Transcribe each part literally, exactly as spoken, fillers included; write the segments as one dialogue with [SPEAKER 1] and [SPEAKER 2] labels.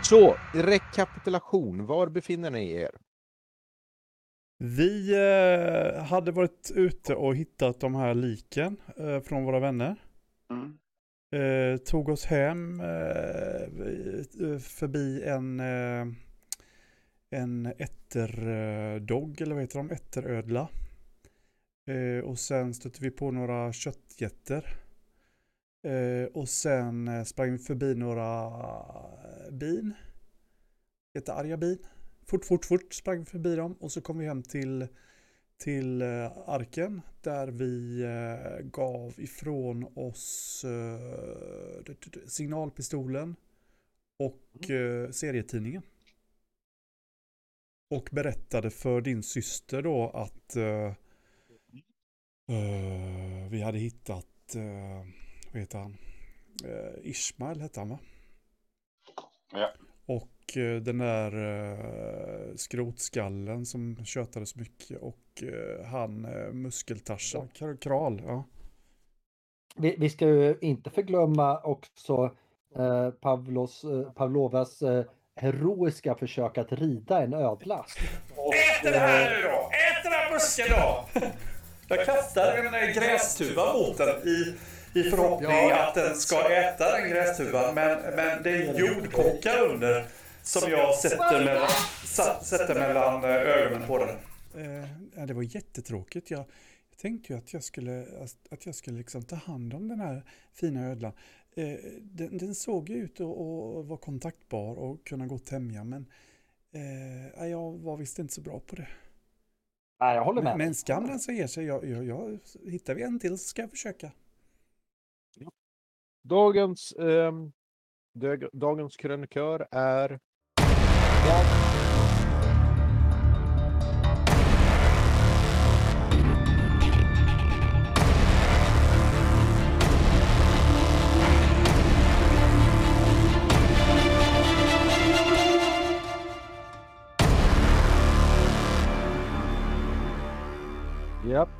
[SPEAKER 1] Så, rekapitulation. Var befinner ni er?
[SPEAKER 2] Vi eh, hade varit ute och hittat de här liken eh, från våra vänner.
[SPEAKER 3] Mm.
[SPEAKER 2] Eh, tog oss hem eh, förbi en eh, en ätterdog, eller vad heter de? Ätterödla. Eh, och sen stötte vi på några köttjätter. Eh, och sen eh, sprang vi förbi några bin. Jättearga bin. Fort, fort, fort sprang vi förbi dem. Och så kom vi hem till, till eh, arken. Där vi eh, gav ifrån oss eh, signalpistolen. Och eh, serietidningen. Och berättade för din syster då att uh, uh, vi hade hittat, uh, vad heter han? Uh, Ismail hette han, va?
[SPEAKER 3] Ja.
[SPEAKER 2] Och uh, den där uh, skrotskallen som tjötade så mycket. Och uh, han uh, muskeltarsa, Kar- Kral, ja.
[SPEAKER 4] Vi, vi ska ju inte förglömma också eh, Pavlos, eh, Pavlovas eh, heroiska försök att rida en ödla.
[SPEAKER 2] Ät det här nu då! Ät den här busken då! Jag kastar en grästuva mot den i, i förhoppning ja. att den ska äta den grästuvan. Men, men det är jordkockar under som jag sätter mellan, sätter mellan ögonen på den. Eh, det var jättetråkigt. Jag, jag tänkte ju att jag skulle, att jag skulle liksom ta hand om den här fina ödlan. Eh, den, den såg ut att vara kontaktbar och kunna gå tämja, men Eh, jag var visst inte så bra på det.
[SPEAKER 4] Nej, jag håller med.
[SPEAKER 2] Men, men skam den säger sig. Jag, jag, jag, hittar vi en till så ska jag försöka.
[SPEAKER 1] Dagens, eh, dag, dagens krönikör är... Japp.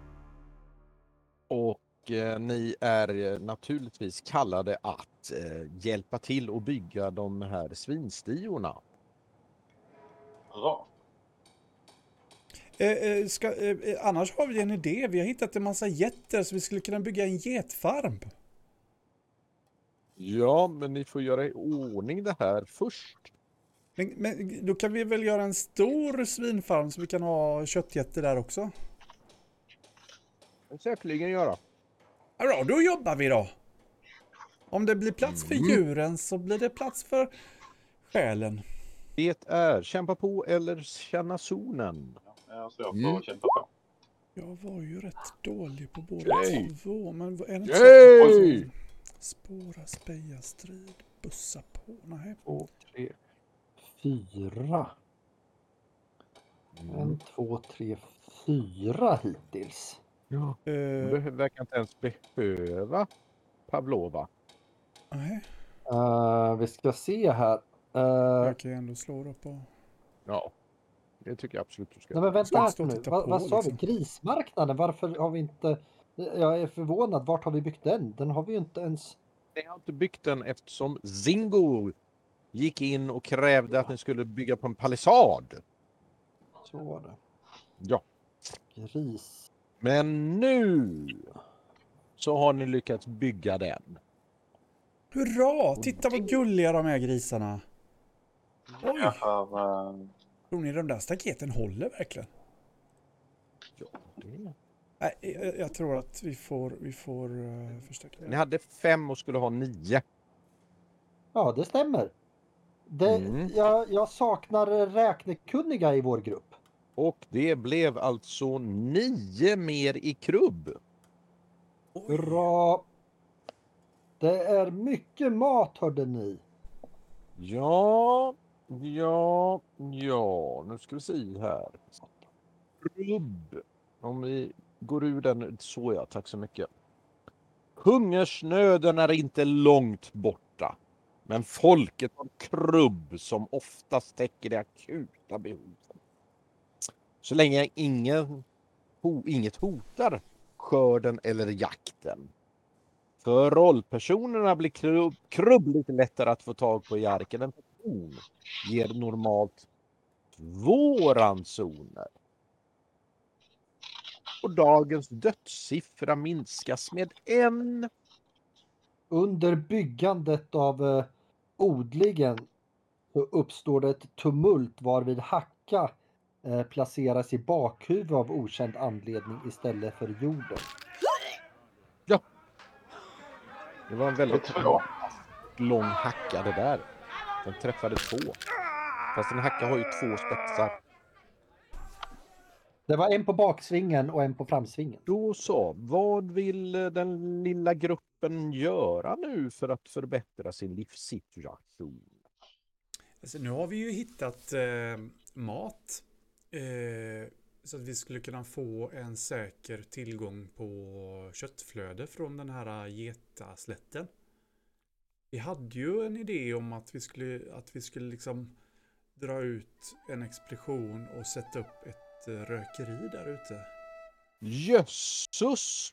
[SPEAKER 1] Och eh, ni är naturligtvis kallade att eh, hjälpa till och bygga de här svinstiorna.
[SPEAKER 3] Bra.
[SPEAKER 2] Eh, eh, ska, eh, annars har vi en idé. Vi har hittat en massa getter så vi skulle kunna bygga en getfarm.
[SPEAKER 1] Ja, men ni får göra i ordning det här först.
[SPEAKER 2] Men, men då kan vi väl göra en stor svinfarm så vi kan ha köttgetter där också.
[SPEAKER 1] Det säkerligen göra.
[SPEAKER 2] Ja, då jobbar vi då. Om det blir plats för djuren så blir det plats för själen.
[SPEAKER 1] Det är kämpa på eller känna zonen.
[SPEAKER 3] Ja, så jag får
[SPEAKER 1] Mm.
[SPEAKER 3] kämpa på.
[SPEAKER 2] Jag var ju rätt dålig på båda
[SPEAKER 1] Yay.
[SPEAKER 2] två, men är det inte
[SPEAKER 1] Yay.
[SPEAKER 2] så? Spåra, speja, strid, bussa på. Nej.
[SPEAKER 4] Två, tre, fyra. En, två, tre, fyra hittills.
[SPEAKER 1] Ja.
[SPEAKER 2] Uh,
[SPEAKER 1] Du verkar inte ens behöva Pavlova.
[SPEAKER 2] nej,
[SPEAKER 4] Uh, vi ska se här. Uh,
[SPEAKER 2] jag kan ju ändå slå då på.
[SPEAKER 1] Ja, det tycker jag absolut du ska.
[SPEAKER 4] nej men vänta
[SPEAKER 2] Ska
[SPEAKER 4] här
[SPEAKER 2] stå och
[SPEAKER 4] nu.
[SPEAKER 2] titta
[SPEAKER 4] Va,
[SPEAKER 2] på,
[SPEAKER 4] vad sa
[SPEAKER 2] liksom.
[SPEAKER 4] vi? Grismarknaden? Varför har vi inte... Jag är förvånad. Vart har vi byggt den? Den har vi ju inte ens...
[SPEAKER 1] Ni har inte byggt den eftersom Zingo gick in och krävde att ni skulle bygga på en palissad.
[SPEAKER 4] Så var det.
[SPEAKER 1] Ja.
[SPEAKER 4] Gris.
[SPEAKER 1] Men nu så har ni lyckats bygga den.
[SPEAKER 2] Hurra! Titta vad gulliga de här grisarna. Oj,
[SPEAKER 3] Jag har, uh,
[SPEAKER 2] tror ni de där staketen håller verkligen?
[SPEAKER 1] Ja, det...
[SPEAKER 2] Nej, jag, jag tror att vi får, vi får uh, förstärka.
[SPEAKER 1] Ni hade fem och skulle ha nio.
[SPEAKER 4] Ja, det stämmer. Det,
[SPEAKER 1] Mm.
[SPEAKER 4] jag, jag saknar räknekunniga i vår grupp.
[SPEAKER 1] Och det blev alltså nio mer i krubb.
[SPEAKER 4] Bra. Det är mycket mat, hörde ni.
[SPEAKER 1] Ja, ja, ja. Nu ska vi se här. Krubb. Om vi går ur den. Så ja, tack så mycket. Hungersnöden är inte långt borta. Men folket har krubb som oftast täcker det akuta behovet. Så länge ingen, ho, inget hotar skörden eller jakten. För rollpersonerna blir krubb, krubb lite lättare att få tag på i arken än ranson ger normalt två ransoner. Och dagens dödssiffra minskas med en.
[SPEAKER 4] Under byggandet av eh, odlingen så uppstår det ett tumult varvid Hacka eh, placeras i bakhuvud av okänd anledning istället för jorden.
[SPEAKER 1] Ja. Det var en
[SPEAKER 3] Det är
[SPEAKER 1] väldigt
[SPEAKER 3] två.
[SPEAKER 1] lång hacka det där. Den träffade två. Fast en hacka har ju två spetsar.
[SPEAKER 4] Det var en på baksvingen och en på framsvingen.
[SPEAKER 1] Då så, vad vill eh, den lilla gruppen göra nu för att förbättra sin livssituation?
[SPEAKER 2] Alltså, nu har vi ju hittat eh, mat. Eh, så att vi skulle kunna få en säker tillgång på köttflöde från den här getaslätten. Vi hade ju en idé om att vi skulle, att vi skulle liksom dra ut en expedition och sätta upp ett eh, rökeri där ute.
[SPEAKER 1] Jösses!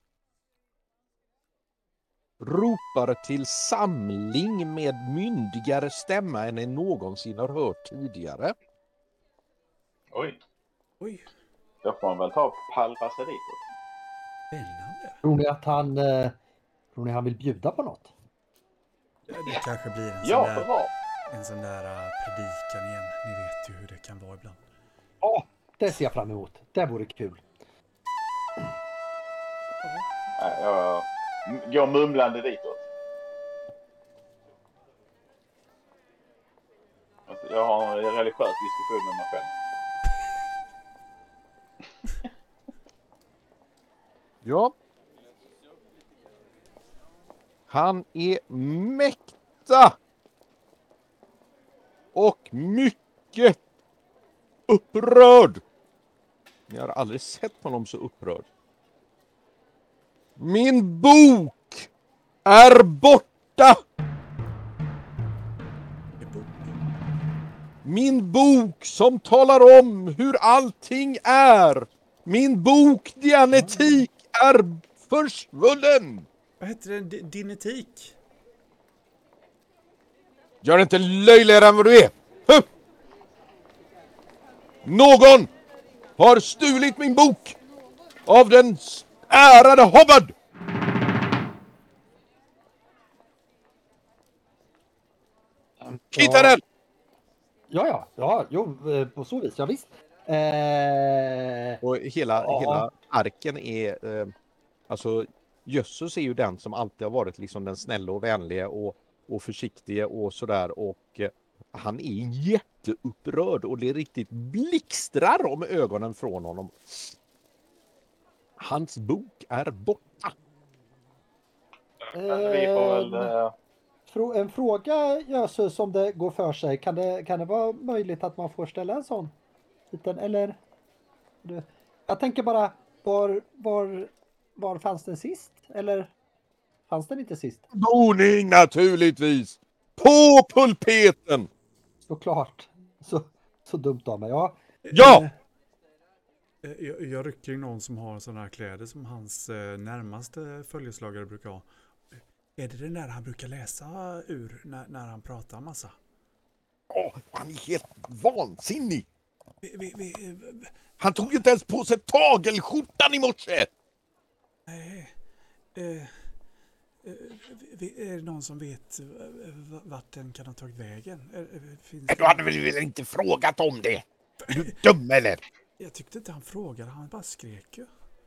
[SPEAKER 1] Ropar till samling med myndigare stämma än ni någonsin har hört tidigare.
[SPEAKER 3] Oj,
[SPEAKER 2] Oj,
[SPEAKER 3] då får man väl ta och pallra sig dit.
[SPEAKER 2] spännande.
[SPEAKER 4] Tror ni att han, eh, tror ni han vill bjuda på något?
[SPEAKER 2] Det, det kanske blir en sån
[SPEAKER 3] Ja,
[SPEAKER 2] där,
[SPEAKER 3] bra.
[SPEAKER 2] en sån där uh, predikan igen. Ni vet ju hur det kan vara ibland.
[SPEAKER 4] Ja, det ser jag fram emot. Det vore kul.
[SPEAKER 3] Nej, jag går mumlande ditåt. Jag har en religiös diskussion med mig själv.
[SPEAKER 1] Ja. Han är mäkta och mycket upprörd. Jag har aldrig sett honom så upprörd. Min bok är borta. Min bok som talar om hur allting är. Min bok Dianetik är försvunnen.
[SPEAKER 2] Vad heter det? D- Din etik?
[SPEAKER 1] Gör inte löjligare än vad du är. Huh! Någon har stulit min bok av den ärade Hobbad. Hitta den!
[SPEAKER 4] Ja, ja, ja, jo, eh, på så vis, ja visst. Eh,
[SPEAKER 1] Och hela,
[SPEAKER 4] Ja.
[SPEAKER 1] hela arken är, eh, alltså Jösses är ju den som alltid har varit liksom den snälla och vänliga och, och försiktiga och sådär, och eh, han är jätteupprörd och det riktigt blixtrar om ögonen från honom. Hans bok är borta.
[SPEAKER 3] Men vi får väl...
[SPEAKER 4] eh,
[SPEAKER 3] eh,
[SPEAKER 4] frå- en fråga, Jösses, om det går för sig. Kan det, kan det vara möjligt att man får ställa en sån liten, eller? Du- Jag tänker bara, var, var, var fanns den sist? Eller fanns den inte sist?
[SPEAKER 1] Boning naturligtvis. På pulpeten.
[SPEAKER 4] Såklart. Så, så dumt av mig. Ja.
[SPEAKER 1] Ja!
[SPEAKER 2] Eh, Jag, jag rycker i någon som har sådana här kläder som hans eh, närmaste följeslagare brukar ha. Är det den där han brukar läsa ur när, när han pratar massa?
[SPEAKER 1] Åh, han är helt vansinnig.
[SPEAKER 2] Vi, vi, vi, eh,
[SPEAKER 1] Han tog inte ens på sig tagelskjortan i morse.
[SPEAKER 2] nej. Eh, eh, vi, är det någon som vet eh, v- vart den kan ha tagit vägen? Eh, eh, finns
[SPEAKER 1] Du hade väl inte frågat om det? Är du dum eller?
[SPEAKER 2] Jag tyckte inte han frågade, han bara skrek ju.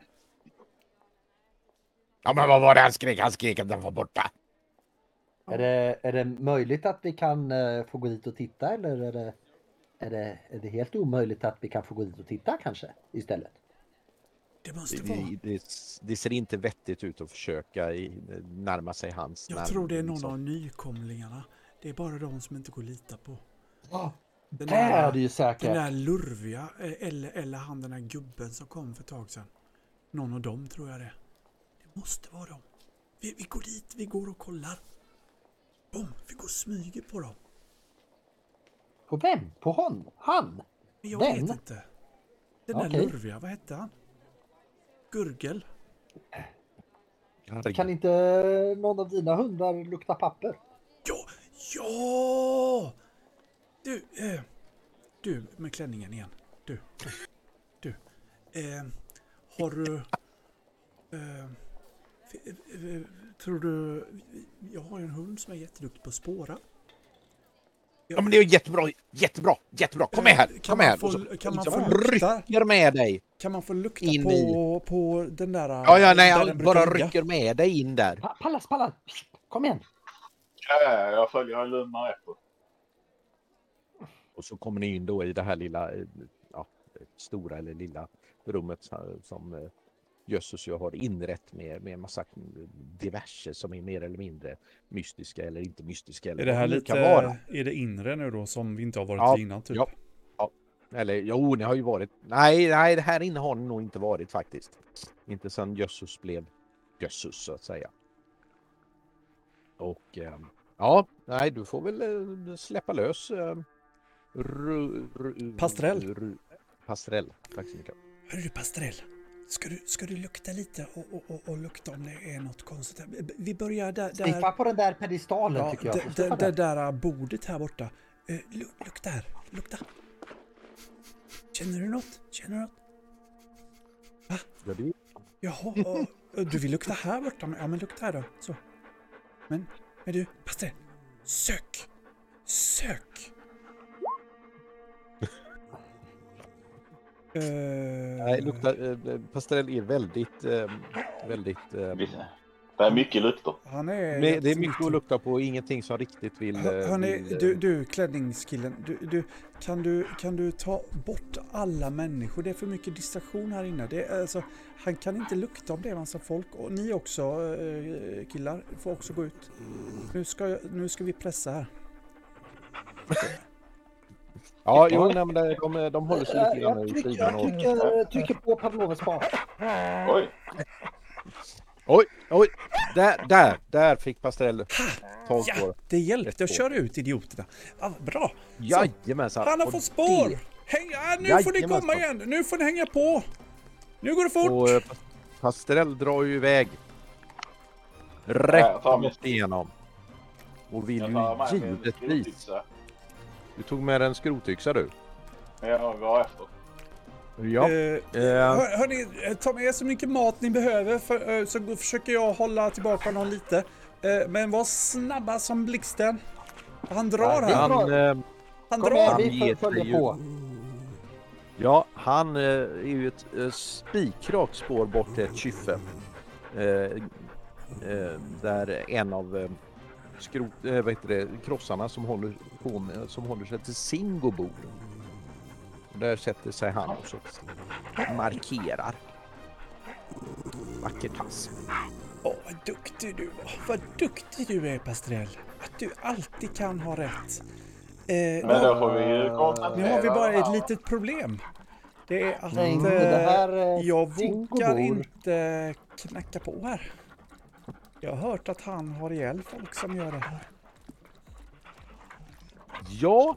[SPEAKER 1] Ja, men vad var det han skrek? Han skrek att den var borta.
[SPEAKER 4] Är det, är det möjligt att vi kan eh, få gå dit och titta, eller är det, är, det, är det helt omöjligt att vi kan få gå dit och titta kanske istället?
[SPEAKER 2] Det måste
[SPEAKER 1] Det,
[SPEAKER 2] vara.
[SPEAKER 1] det, det, det ser inte vettigt ut att försöka i, närma sig hans.
[SPEAKER 2] Jag
[SPEAKER 1] närm-
[SPEAKER 2] tror det är någon
[SPEAKER 1] liksom.
[SPEAKER 2] av nykomlingarna. Det är bara de som inte går att lita på.
[SPEAKER 4] Ja,
[SPEAKER 2] Den
[SPEAKER 4] det är det ju
[SPEAKER 2] Den
[SPEAKER 4] säkert.
[SPEAKER 2] där lurviga, eh, eller, eller han den där gubben som kom för ett tag sedan. Någon av dem tror jag det. Det måste vara dem. Vi, vi går dit, vi går och kollar. Bom, vi går och smyger på dem.
[SPEAKER 4] På vem? På hon? Han?
[SPEAKER 2] Men jag
[SPEAKER 4] Den?
[SPEAKER 2] vet inte. Den där
[SPEAKER 4] Okej.
[SPEAKER 2] lurviga, vad hette han? Gurgel.
[SPEAKER 1] Herregud.
[SPEAKER 4] Kan inte någon av dina hundar lukta papper?
[SPEAKER 2] Ja, ja! Du, eh, du med klänningen igen. Du, du. Eh, har du... Eh, f- f- tror du... Jag har ju en hund som är jätteduktig på att spåra.
[SPEAKER 1] Ja, men det är jättebra, jättebra, jättebra. Kom med här,
[SPEAKER 2] Kan
[SPEAKER 1] kom
[SPEAKER 2] man
[SPEAKER 1] med här.
[SPEAKER 2] få-
[SPEAKER 1] Och så,
[SPEAKER 2] kan man
[SPEAKER 1] liksom
[SPEAKER 2] få lukta?
[SPEAKER 1] rycker med dig.
[SPEAKER 2] Kan man få lukta
[SPEAKER 1] In
[SPEAKER 2] på, på den där...
[SPEAKER 1] Ja, ja, nej,
[SPEAKER 2] där
[SPEAKER 1] jag
[SPEAKER 2] den brukar
[SPEAKER 1] bara
[SPEAKER 2] ligga?
[SPEAKER 1] rycker med dig in där.
[SPEAKER 4] Pa- Pallas, Pallas! Kom igen!
[SPEAKER 3] Ja, ja, jag följer, jag lugnar efter.
[SPEAKER 1] Och så kommer ni in då i det här lilla, eh, ja, stora eller lilla rummet så- som eh, Jösses ju har inrätt med, med en massa diverse som är mer eller mindre mystiska eller inte mystiska. Eller
[SPEAKER 2] Är det här
[SPEAKER 1] vad nu
[SPEAKER 2] lite...
[SPEAKER 1] kan vara.
[SPEAKER 2] Är det inre nu då som vi inte har varit
[SPEAKER 1] Ja,
[SPEAKER 2] i innan typ?
[SPEAKER 1] ja. Eller jo, ni har ju varit. Nej, nej, det här inne har ni nog inte varit faktiskt. Inte sedan Jösses blev Jösses så att säga. Och eh, ja, nej, du får väl eh, släppa lös eh, ru, ru,
[SPEAKER 2] Pastrell.
[SPEAKER 1] Ru, pastrell. Tack så mycket.
[SPEAKER 2] Hörru du, Pastrell. Ska du, ska du lukta lite och, och, och, och lukta om det är något konstigt? Vi börjar där... där
[SPEAKER 4] Sniffa på den där pedestalen
[SPEAKER 2] ja,
[SPEAKER 4] tycker jag.
[SPEAKER 2] det,
[SPEAKER 4] Sniffa
[SPEAKER 2] det, det
[SPEAKER 4] där.
[SPEAKER 2] där bordet här borta. Eh, lu- lukta här. Lukta. Känner du något? Känner du något?
[SPEAKER 1] Ja, det,
[SPEAKER 2] Jaha, och, du vill lukta här borta? Ja, men lukta här då. Så. Men, men du, Pastrell. Sök. Sök. Eh,
[SPEAKER 1] nej, lukta, eh, pastrell är väldigt, eh, väldigt... Eh,
[SPEAKER 3] Visst. Det är mycket lukter.
[SPEAKER 2] Han är...
[SPEAKER 1] men det är mycket att lukta på, ingenting som riktigt vill... eh,
[SPEAKER 2] Hörni,
[SPEAKER 1] vill, eh,
[SPEAKER 2] du, du klänningskillen, du, du, kan, du, kan du ta bort alla människor? Det är för mycket distraktion här inne. Det är, alltså, han kan inte lukta om det är massa folk. Och ni också, eh, killar, får också gå ut. Nu ska, nu ska vi pressa här.
[SPEAKER 1] Ja, jo, nej, men de, de, de håller sig lite grann
[SPEAKER 4] Jag
[SPEAKER 1] i
[SPEAKER 4] trycker,
[SPEAKER 1] sidan.
[SPEAKER 4] jag
[SPEAKER 1] Och,
[SPEAKER 4] trycker, trycker på Pavlovens spak.
[SPEAKER 3] Oj,
[SPEAKER 1] oj, oj, där, där, där fick pastrell tag
[SPEAKER 2] Ja,
[SPEAKER 1] på det.
[SPEAKER 2] det hjälpte att köra ut idioterna. Ja, bra.
[SPEAKER 1] Jajamensan.
[SPEAKER 2] Han har
[SPEAKER 1] Och
[SPEAKER 2] fått spår.
[SPEAKER 1] det-
[SPEAKER 2] Häng, ja, nu får ni
[SPEAKER 1] Jajamensan.
[SPEAKER 2] komma igen. Nu får ni hänga på. Nu går det fort.
[SPEAKER 1] Och eh, pastrell drar ju iväg.
[SPEAKER 3] Ja,
[SPEAKER 1] Rätt
[SPEAKER 3] jag tar mig.
[SPEAKER 1] igenom. Och vill
[SPEAKER 3] jag
[SPEAKER 1] ju
[SPEAKER 3] tar med mig en
[SPEAKER 1] givetvis.
[SPEAKER 3] skrotyxa.
[SPEAKER 1] Du tog med en skrotyxa du.
[SPEAKER 3] Jag går efter.
[SPEAKER 1] Ja.
[SPEAKER 2] Eh,
[SPEAKER 1] Eh,
[SPEAKER 2] hör, hörni, ta med så mycket mat ni behöver för, eh, så går- försöker jag hålla tillbaka någon lite. Eh, men var snabba som blixten. Han drar
[SPEAKER 4] Ja,
[SPEAKER 2] här.
[SPEAKER 1] han, eh,
[SPEAKER 2] Han
[SPEAKER 4] Kom
[SPEAKER 2] drar.
[SPEAKER 4] igen,
[SPEAKER 1] Han
[SPEAKER 4] vi
[SPEAKER 1] ger
[SPEAKER 4] föl- följer
[SPEAKER 1] sig ju.
[SPEAKER 4] på.
[SPEAKER 1] ja, han eh, är ju ett eh, spikrakt spår bort till ett kyffe. Eh, eh, där en av eh, skrot, eh, vad heter det, krossarna som håller på med, som håller sig till Singo bor. Där sätter sig han och så markerar. Vacker tass.
[SPEAKER 2] Åh, vad duktig du var. Vad duktig du är, Pastrell. Att du alltid kan ha rätt. Eh,
[SPEAKER 3] Men då får vi ju koncentrera.
[SPEAKER 2] nu har vi bara ett
[SPEAKER 3] oss.
[SPEAKER 2] litet problem. Det är att
[SPEAKER 4] Nej,
[SPEAKER 2] eh,
[SPEAKER 4] inte det här, eh,
[SPEAKER 2] jag
[SPEAKER 4] Singo
[SPEAKER 2] vågar
[SPEAKER 4] bor.
[SPEAKER 2] inte knacka på här. Jag har hört att han har ihjäl folk som gör det.
[SPEAKER 1] Ja,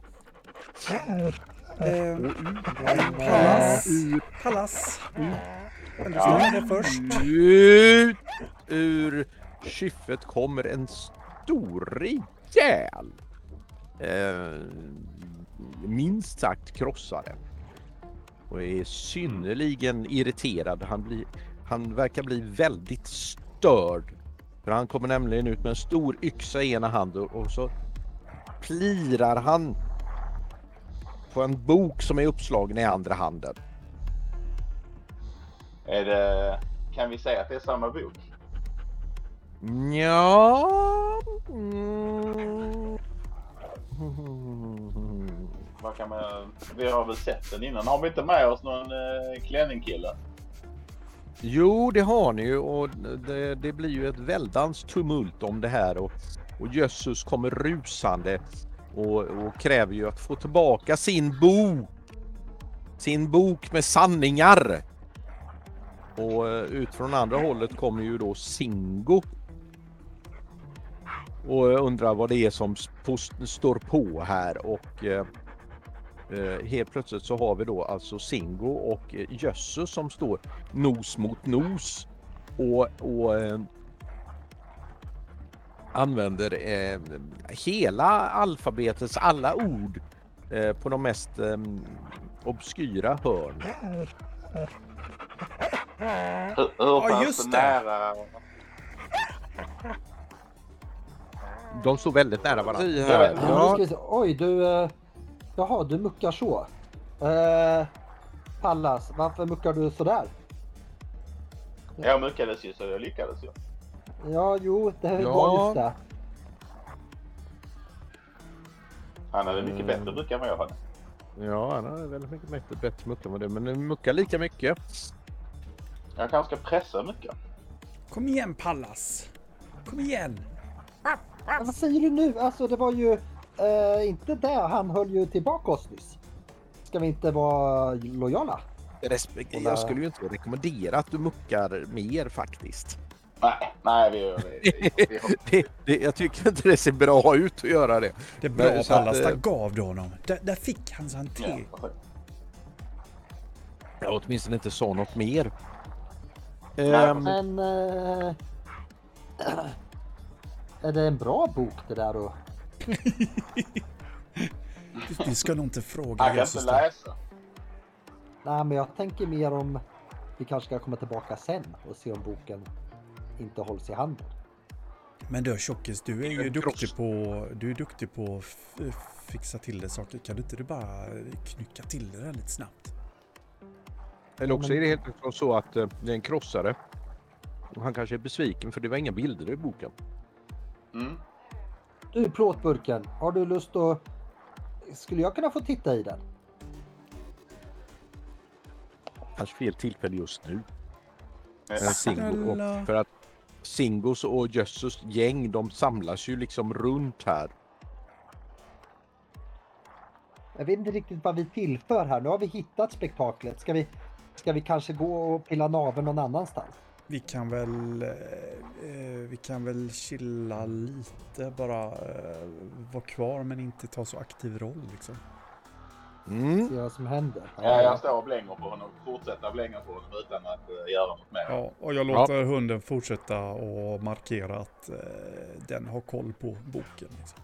[SPEAKER 2] Eh, Pallas. Pallas. Kan du ställa det först?
[SPEAKER 1] ut ur kyffet kommer en stor rejäl eh, minst sagt krossare. Och är synnerligen irriterad. Han, blir, han verkar bli väldigt störd. För han kommer nämligen ut med en stor yxa i ena handen och så plirar han på en bok som är uppslagen i andra handen.
[SPEAKER 3] Är det... Kan vi säga att det är samma bok?
[SPEAKER 1] Ja. Mm.
[SPEAKER 3] Vad kan man... Vi har väl sett den innan. Har vi inte med oss någon eh, klänningkille?
[SPEAKER 1] Jo, det har ni ju och det, det blir ju ett väldans tumult om det här och, och Jösses kommer rusande och, och kräver ju att få tillbaka sin bok. Sin bok med sanningar. Och eh, ut från andra hållet kommer ju då Singo. Och jag undrar vad det är som sp- står på här och eh, eh, helt plötsligt så har vi då alltså Singo och eh, Jösses som står nos mot nos och, och eh, använder eh, hela alfabetets alla ord eh, på de mest eh, obskyra hörn.
[SPEAKER 3] Hur, hur pass
[SPEAKER 2] just det.
[SPEAKER 3] nära?
[SPEAKER 1] De står väldigt nära varandra.
[SPEAKER 3] Ja.
[SPEAKER 4] Ja, nu ska
[SPEAKER 1] Ja,
[SPEAKER 4] vi se. Oj, du... eh, Jaha, du muckar så. Eh, Pallas, varför muckar du sådär?
[SPEAKER 3] Jag muckades ju så jag lyckades ju.
[SPEAKER 4] Ja, jo, det
[SPEAKER 1] Ja.
[SPEAKER 4] var just det.
[SPEAKER 3] Han hade mycket
[SPEAKER 1] Mm.
[SPEAKER 3] bättre muck än vad jag hade.
[SPEAKER 1] ja, han har väldigt mycket bättre, bättre muckar med det. Men den muckar lika mycket.
[SPEAKER 3] Jag kanske ska pressa mycket.
[SPEAKER 2] Kom igen Pallas. Kom igen.
[SPEAKER 4] Men vad säger du nu? Alltså, det var ju eh, inte det. Han höll ju tillbaka oss nyss. Ska vi inte vara lojala?
[SPEAKER 1] Respekt, jag skulle ju inte rekommendera att du muckar mer faktiskt.
[SPEAKER 3] Nej, nej vi gör vi, vi, vi, vi,
[SPEAKER 1] Det, det, jag tycker inte det ser bra ut att göra det.
[SPEAKER 2] Det är bra
[SPEAKER 1] Men så att,
[SPEAKER 2] Pallas,
[SPEAKER 1] eh,
[SPEAKER 2] där gav du honom. Där, där fick han så han
[SPEAKER 3] ja,
[SPEAKER 2] teg.
[SPEAKER 1] Jag åtminstone inte sa något mer.
[SPEAKER 3] Nej,
[SPEAKER 1] Ehm,
[SPEAKER 4] Men... Eh, är det en bra bok det där då?
[SPEAKER 2] Du, du ska nog inte fråga
[SPEAKER 3] Han kan inte
[SPEAKER 2] Jesus. där.
[SPEAKER 3] läsa.
[SPEAKER 4] Nej, men jag tänker mer om vi kanske ska komma tillbaka sen och se om boken inte hålls i handen.
[SPEAKER 2] Men du Tjockis, du är ju
[SPEAKER 1] En
[SPEAKER 2] duktig
[SPEAKER 1] kross.
[SPEAKER 2] på, du är duktig på att f- fixa till det saker. Kan du inte du bara knycka till det där lite snabbt?
[SPEAKER 1] eller också är det helt enkelt så att eh, det är en krossare. Och han kanske är besviken för det var inga bilder i boken.
[SPEAKER 3] Mm.
[SPEAKER 4] Du, plåtburken, har du lust att... Skulle jag kunna få titta i den?
[SPEAKER 1] Kanske fel tillfälle just nu. Men
[SPEAKER 3] Eh,
[SPEAKER 1] Singo,
[SPEAKER 2] Snälla.
[SPEAKER 1] och för att Singos och Jösses gäng, de samlas ju liksom runt här.
[SPEAKER 4] Jag vet inte riktigt vad vi tillför här. Nu har vi hittat spektaklet. Ska vi, ska vi kanske gå och pilla naveln någon annanstans?
[SPEAKER 2] Vi kan väl, eh, eh, vi kan väl chilla lite, bara eh, vara kvar men inte ta så aktiv roll liksom.
[SPEAKER 1] Mm.
[SPEAKER 4] Se vad som händer.
[SPEAKER 3] Ja, jag står och blänger på honom. Fortsätta blänga på honom utan att uh, göra något mer.
[SPEAKER 2] Ja, och jag låter hunden fortsätta och markera att eh, den har koll på boken. Liksom.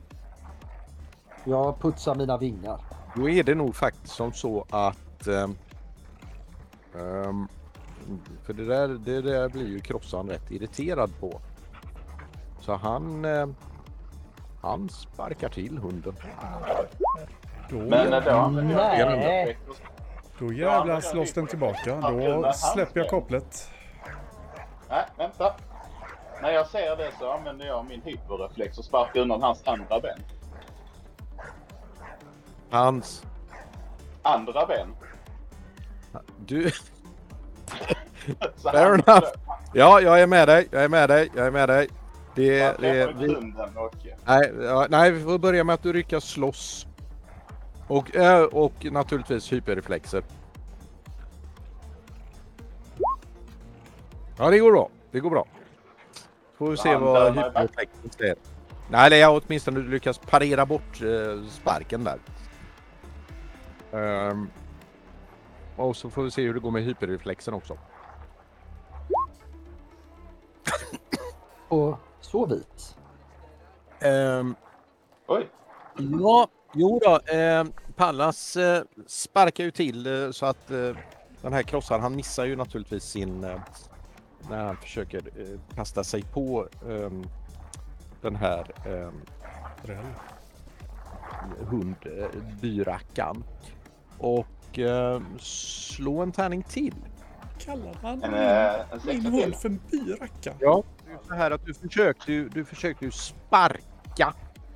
[SPEAKER 4] Jag putsar mina vingar.
[SPEAKER 1] Då är det nog faktiskt som så att ehm, ehm, för det där, det där blir ju krossan rätt irriterad på. Så han eh, han sparkar till hunden.
[SPEAKER 2] Då,
[SPEAKER 3] Men uh, då använder jag
[SPEAKER 4] Nej.
[SPEAKER 3] reflex.
[SPEAKER 2] då jävlar slåss den tillbaka. Då släpper jag kopplet.
[SPEAKER 3] Nej, vänta. När jag ser det så använder jag min hyperreflex och sparkar undan hans andra ben.
[SPEAKER 1] Hans
[SPEAKER 3] Andra ben.
[SPEAKER 1] du
[SPEAKER 3] Så
[SPEAKER 1] Fair
[SPEAKER 3] han-
[SPEAKER 1] enough. Ja, jag är med dig. Jag är med dig. Jag är med dig. Det,
[SPEAKER 3] Han
[SPEAKER 1] det
[SPEAKER 3] träffar
[SPEAKER 1] vi,
[SPEAKER 3] hunden och...
[SPEAKER 1] nej, ja, nej, vi får börja med att du ryckas slåss. Och, äh, och naturligtvis hyperreflexer. Ja, det går bra. Det går bra. Får vi se
[SPEAKER 3] Han
[SPEAKER 1] vad
[SPEAKER 3] dör mig
[SPEAKER 1] hyperreflexer är. Nej, eller jag åtminstone lyckas parera bort eh, sparken där. Ehm, och så får vi se hur det går med hyperreflexen också.
[SPEAKER 4] Och så vit.
[SPEAKER 1] Ehm,
[SPEAKER 3] Oj!
[SPEAKER 1] Ja, jo då. Eh, Pallas eh, sparkar ju till eh, så att eh, den här krossaren, han missar ju naturligtvis sin eh, när han försöker eh, kasta sig på eh, den här eh,
[SPEAKER 2] Rell.
[SPEAKER 1] hundbyrackan. Och eh, slå en tärning till.
[SPEAKER 2] Kallar han
[SPEAKER 3] En, eh, en
[SPEAKER 2] min
[SPEAKER 3] sexa till.
[SPEAKER 2] hund för en byracka?
[SPEAKER 1] Ja, det är så här att du försökte ju, du försökte ju sparka.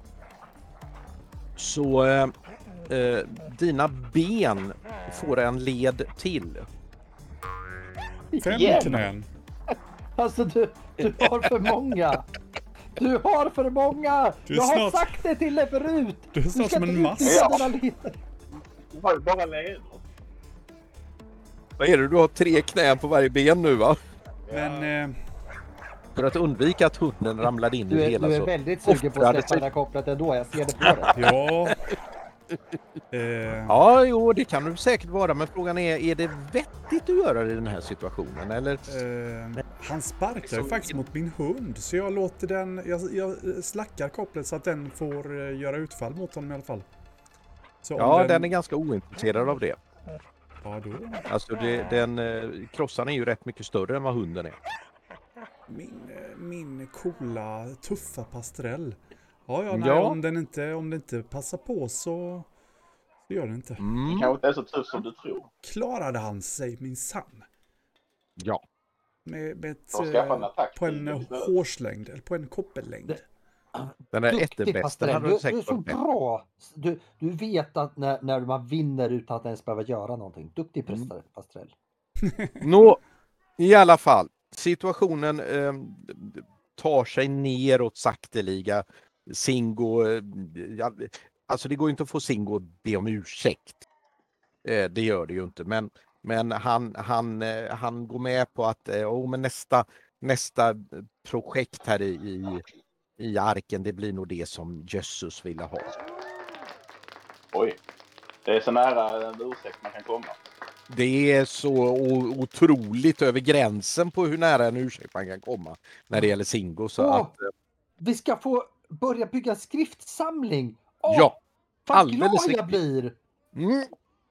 [SPEAKER 1] Så eh, eh, dina ben får en led till.
[SPEAKER 2] Fem
[SPEAKER 3] Igen.
[SPEAKER 2] knän.
[SPEAKER 4] Alltså du, du har för många. Du har för många.
[SPEAKER 2] Du är
[SPEAKER 4] Jag har
[SPEAKER 2] snart-
[SPEAKER 4] sagt det till dig förut.
[SPEAKER 2] Du är snart
[SPEAKER 4] ska
[SPEAKER 2] som en
[SPEAKER 4] inte
[SPEAKER 2] mask.
[SPEAKER 4] utnyttja
[SPEAKER 3] Ja.
[SPEAKER 4] dina leder.
[SPEAKER 3] Du har ju bara leder.
[SPEAKER 1] Vad är det? Du har tre knän på varje ben nu, va?
[SPEAKER 2] Men eh,
[SPEAKER 1] För att undvika att hunden ramlade in
[SPEAKER 4] Du
[SPEAKER 1] i
[SPEAKER 4] är,
[SPEAKER 1] hela
[SPEAKER 4] du är
[SPEAKER 1] så.
[SPEAKER 4] väldigt sugen på
[SPEAKER 1] offrade
[SPEAKER 4] att släppa
[SPEAKER 1] sig.
[SPEAKER 4] det här kopplet ändå. Jag ser det på dig.
[SPEAKER 2] ja. Eh,
[SPEAKER 1] Ja, jo, det kan du säkert vara, men frågan är, är det vettigt att göra det i den här situationen, eller?
[SPEAKER 2] eh, han sparkar ju faktiskt mot min hund, så jag låter den, jag, jag slackar kopplet så att den får eh, göra utfall mot honom i alla fall. Så om
[SPEAKER 1] Ja, den är ganska ointresserad av det.
[SPEAKER 2] Ja, då.
[SPEAKER 1] Alltså det, den, eh, krossan är ju rätt mycket större än vad hunden är.
[SPEAKER 2] Min, eh, min coola, tuffa pastrell. Ja, ja, nej,
[SPEAKER 1] Ja.
[SPEAKER 2] om den inte, om den inte passar på så, så gör det inte.
[SPEAKER 3] Det
[SPEAKER 1] Mm.
[SPEAKER 3] kanske inte är så tuff som du tror.
[SPEAKER 2] Klarade han sig minsann.
[SPEAKER 1] Ja.
[SPEAKER 2] Med, med ett,
[SPEAKER 3] Får skaffa en
[SPEAKER 2] eh,
[SPEAKER 3] attack
[SPEAKER 2] på en
[SPEAKER 3] istället.
[SPEAKER 2] hårslängd, eller på en koppellängd.
[SPEAKER 4] Det-
[SPEAKER 1] Den där
[SPEAKER 4] Duktig
[SPEAKER 1] ätterbesten
[SPEAKER 4] Pastrell,
[SPEAKER 1] hade
[SPEAKER 4] du,
[SPEAKER 1] du
[SPEAKER 4] du är
[SPEAKER 1] säkert
[SPEAKER 4] så
[SPEAKER 1] varit bättre.
[SPEAKER 4] bra. Du, du vet att när, när man vinner utan att ens behöva göra någonting. Duktig
[SPEAKER 1] Mm.
[SPEAKER 4] Pastrell. Pastrell.
[SPEAKER 1] Nå, i alla fall. Situationen eh, tar sig neråt sakteliga. Singo, eh, ja, alltså det går inte att få Singo att be om ursäkt. Eh, det gör det ju inte. Men, men han, han, eh, han går med på att eh, oh, men nästa, nästa projekt här i, i, i arken, det blir nog det som Jösses ville ha.
[SPEAKER 3] Oj. Det är så nära en ursäkt man kan komma.
[SPEAKER 1] Det är så o- otroligt över gränsen på hur nära en ursäkt man kan komma när det gäller Singo. Så
[SPEAKER 4] Åh,
[SPEAKER 1] att, eh,
[SPEAKER 4] vi ska få börja bygga skriftsamling. Åh,
[SPEAKER 1] ja,
[SPEAKER 4] vad
[SPEAKER 1] alldeles
[SPEAKER 4] glad jag
[SPEAKER 1] riktigt.
[SPEAKER 4] blir.
[SPEAKER 1] Mm.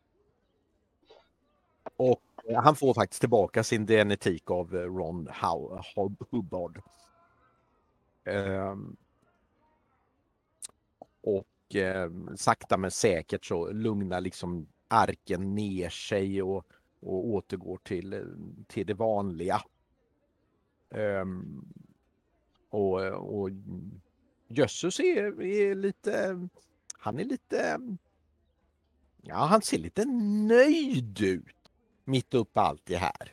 [SPEAKER 1] Och eh, han får faktiskt tillbaka sin genetik av eh, Ron How- Hub- Hubbard. Ehm, och eh, sakta men säkert så lugnar liksom arken ner sig och, och återgår till, eh, till det vanliga. Ehm, och, och Jösses är, är lite, han är lite, ja han ser lite nöjd ut mitt upp allt det här.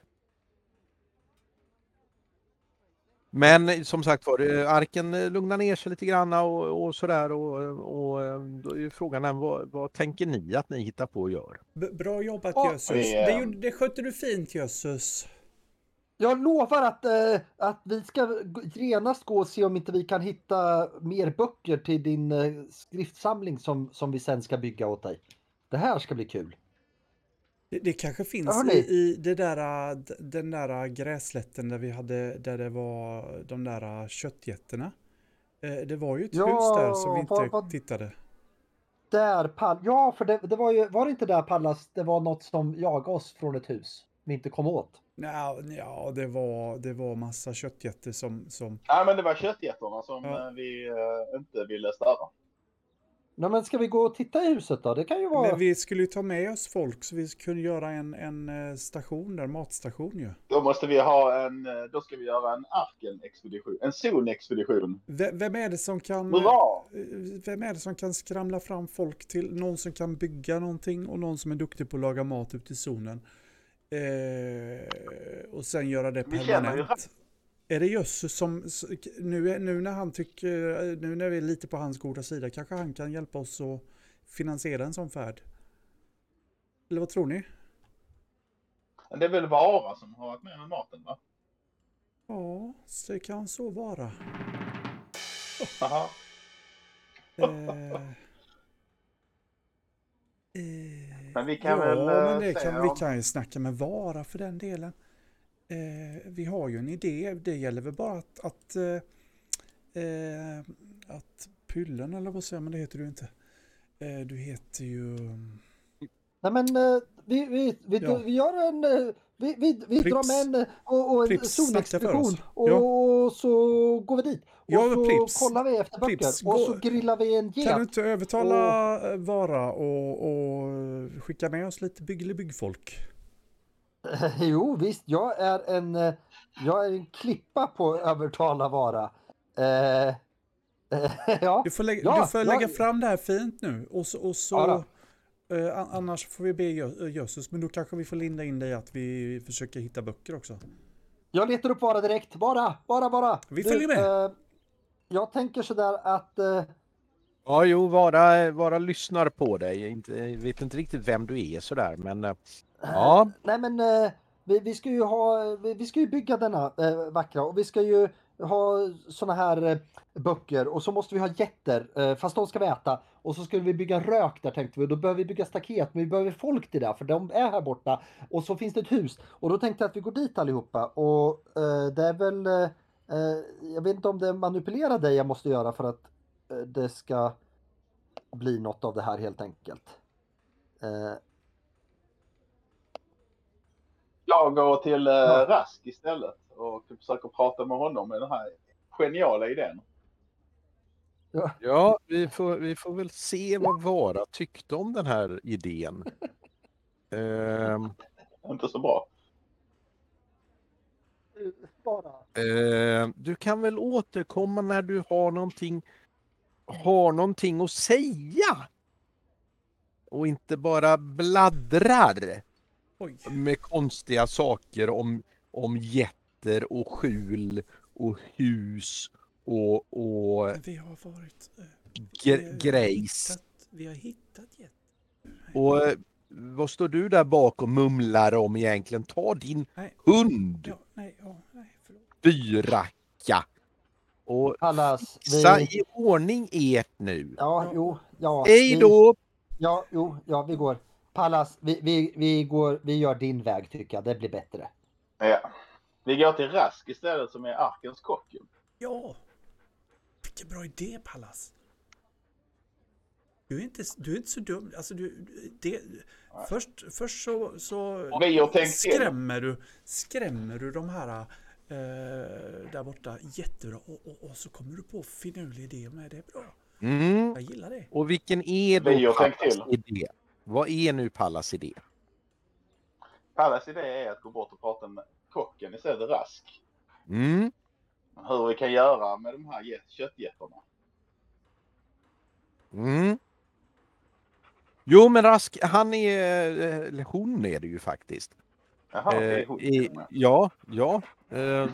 [SPEAKER 1] Men som sagt var, eh, arken eh, lugnar ner sig lite grann och, och sådär och, och eh, då är ju frågan är, vad, vad tänker ni att ni hittar på att göra?
[SPEAKER 2] B- bra jobbat
[SPEAKER 4] Åh,
[SPEAKER 2] Jösses.
[SPEAKER 3] vi,
[SPEAKER 2] Det,
[SPEAKER 3] ehm,
[SPEAKER 2] gjorde- det skötte du fint Jösses.
[SPEAKER 4] Jag lovar att, eh, att vi ska g- genast gå och se om inte vi kan hitta mer böcker till din eh, skriftsamling som, som vi sen ska bygga åt dig. Det här ska bli kul.
[SPEAKER 2] Det, det kanske
[SPEAKER 4] Ja,
[SPEAKER 2] finns
[SPEAKER 4] hörni.
[SPEAKER 2] i, i det där, d- den där gräslätten där vi hade, där det var de där köttjätterna. Eh, Det var ju ett
[SPEAKER 4] Ja,
[SPEAKER 2] hus där som vi inte
[SPEAKER 4] vad- vad-
[SPEAKER 2] tittade.
[SPEAKER 4] Där Pall, ja för det, det var ju, var det inte där Pallas, det var något som jagade oss från ett hus vi inte kom åt.
[SPEAKER 2] Ja, ja det, var, det var massa köttjätter som, som...
[SPEAKER 3] Nej, men det var köttjätterna som
[SPEAKER 2] Ja.
[SPEAKER 3] eh, vi eh, inte ville störa.
[SPEAKER 4] Nej, men ska vi gå och titta i huset då? Det kan ju vara...
[SPEAKER 2] Men vi skulle ju ta med oss folk så vi kunde göra en, en eh, station där, matstation ju.
[SPEAKER 3] Då måste vi ha en, eh, då ska vi göra en Arken-expedition, en zonexpedition.
[SPEAKER 2] V- Vem är det som kan...
[SPEAKER 3] Hurra!
[SPEAKER 2] eh, Vem är det som kan skramla fram folk till någon som kan bygga någonting och någon som är duktig på att laga mat ute i zonen. Eh, och sen göra det
[SPEAKER 3] Vi känner ju
[SPEAKER 2] permanent. Är det Jösses som nu, är, nu när han tycker, nu när vi är lite på hans goda sida, kanske han kan hjälpa oss att finansiera en sån färd? Eller vad tror ni?
[SPEAKER 3] Det är väl Vara som har varit med med maten, va?
[SPEAKER 2] Ja, så det kan så vara.
[SPEAKER 3] Aha.
[SPEAKER 2] Eh, eh,
[SPEAKER 3] Men vi kan
[SPEAKER 2] ja,
[SPEAKER 3] väl, eh,
[SPEAKER 2] men det
[SPEAKER 3] säga
[SPEAKER 2] kan, vi
[SPEAKER 3] om-
[SPEAKER 2] kan ju snacka med Vara för den delen. Eh, vi har ju en idé. Det gäller väl bara att att, eh, eh, att Pyllen, eller vad säger man, det heter du inte. Eh, du heter ju...
[SPEAKER 4] Nej men eh, vi, vi, vi,
[SPEAKER 2] Ja.
[SPEAKER 4] vi gör en... eh, Vi, vi, vi
[SPEAKER 2] Prips.
[SPEAKER 4] drar med en eh, och, och en
[SPEAKER 2] Prips snackar för
[SPEAKER 4] zonexpedition
[SPEAKER 2] oss.
[SPEAKER 4] och
[SPEAKER 2] Ja.
[SPEAKER 4] så går vi dit. Och
[SPEAKER 2] Ja,
[SPEAKER 4] så
[SPEAKER 2] Prips.
[SPEAKER 4] kollar vi efter böcker
[SPEAKER 2] Prips,
[SPEAKER 4] och
[SPEAKER 2] gå-
[SPEAKER 4] så grillar vi en
[SPEAKER 2] Kan du
[SPEAKER 4] get.
[SPEAKER 2] inte övertala och... Vara och, och skicka med oss lite byggelig-byggfolk?
[SPEAKER 4] Jo visst, jag är en, eh, jag är en klippa på att övertala Vara. Eh, eh, ja.
[SPEAKER 2] Du får, lägga,
[SPEAKER 4] Ja,
[SPEAKER 2] du får
[SPEAKER 4] ja.
[SPEAKER 2] lägga fram det här fint nu. Och så, och så
[SPEAKER 4] Ja
[SPEAKER 2] eh, an- annars får vi be Jö- Jösses, men då kanske vi får linda in dig att vi försöker hitta böcker också.
[SPEAKER 4] Jag letar upp Vara direkt. Vara, Vara, Vara.
[SPEAKER 2] Vi följer med.
[SPEAKER 4] Eh, jag tänker sådär att... Eh,
[SPEAKER 1] Ja, jo, Vara, Vara lyssnar på dig. Inte, vet inte riktigt vem du är sådär, men eh, ja.
[SPEAKER 4] Nej men eh, vi, vi ska ju ha, vi, vi ska ju bygga denna eh, vackra och vi ska ju ha såna här eh, böcker och så måste vi ha jätter, eh, fast de ska vi äta. Och så skulle vi bygga rök där tänkte vi, då behöver vi bygga staket, men vi behöver folk till det för de är här borta. Och så finns det ett hus och då tänkte jag att vi går dit allihopa och eh, det är väl, eh, eh, jag vet inte om det är manipulera dig jag måste göra för att eh, det ska bli något av det här helt enkelt. Eh,
[SPEAKER 3] Jag går till eh,
[SPEAKER 4] Ja.
[SPEAKER 3] Rask istället och försöker prata med honom med den här geniala idén.
[SPEAKER 1] Ja, vi får, vi får väl se vad Vara tyckte om den här idén. Ehm,
[SPEAKER 3] Inte så bra.
[SPEAKER 4] bara.
[SPEAKER 1] ehm, du kan väl återkomma när du har någonting, har någonting att säga. Och inte bara bladdrar
[SPEAKER 2] Oj.
[SPEAKER 1] med konstiga saker om, om jätter och skjul och hus och, och
[SPEAKER 2] Men vi har varit... eh,
[SPEAKER 1] gre-
[SPEAKER 2] vi har
[SPEAKER 1] grejs.
[SPEAKER 2] hittat- Vi har hittat jätte...
[SPEAKER 1] Och eh, vad står du där bak och mumlar om egentligen? Ta din
[SPEAKER 2] Nej.
[SPEAKER 1] hund,
[SPEAKER 2] Ja, nej, ja, nej, förlåt.
[SPEAKER 1] byracka. Och
[SPEAKER 4] Pallas,
[SPEAKER 1] fixa
[SPEAKER 4] vi...
[SPEAKER 1] i ordning ert nu.
[SPEAKER 4] Ja, jo, ja.
[SPEAKER 1] Hej
[SPEAKER 4] vi-
[SPEAKER 1] då!
[SPEAKER 4] Ja, jo, ja, vi går. Pallas, vi, vi, vi går, vi gör din väg tycker jag, det blir bättre.
[SPEAKER 3] Ja. Vi går till Rask istället som är Arkens kock. ju.
[SPEAKER 2] Ja! Vilken bra idé, Pallas. Du är inte, du är inte så dum. Alltså, du, det, först, först så, så
[SPEAKER 3] Och vi har tänkt till.
[SPEAKER 2] skrämmer, du, skrämmer du de här eh, där borta jättebra. Och, och, och så kommer du på finurlig idé med det. Är bra.
[SPEAKER 1] Mm.
[SPEAKER 2] Jag gillar det.
[SPEAKER 1] Och vilken är
[SPEAKER 3] Vi
[SPEAKER 1] då
[SPEAKER 3] har tänkt
[SPEAKER 1] Pallas
[SPEAKER 3] till.
[SPEAKER 1] idé? Vad är nu Pallas idé?
[SPEAKER 3] Pallas idé är att gå bort och prata med kocken istället Rask.
[SPEAKER 1] Mm.
[SPEAKER 3] Hur vi kan göra med de här jät- köttjättarna.
[SPEAKER 1] Mm. Jo, men Rask, han är, eller hon är det ju faktiskt.
[SPEAKER 3] Jaha, det är
[SPEAKER 1] Eh,
[SPEAKER 3] hon.
[SPEAKER 1] i- ja, ja. Eh,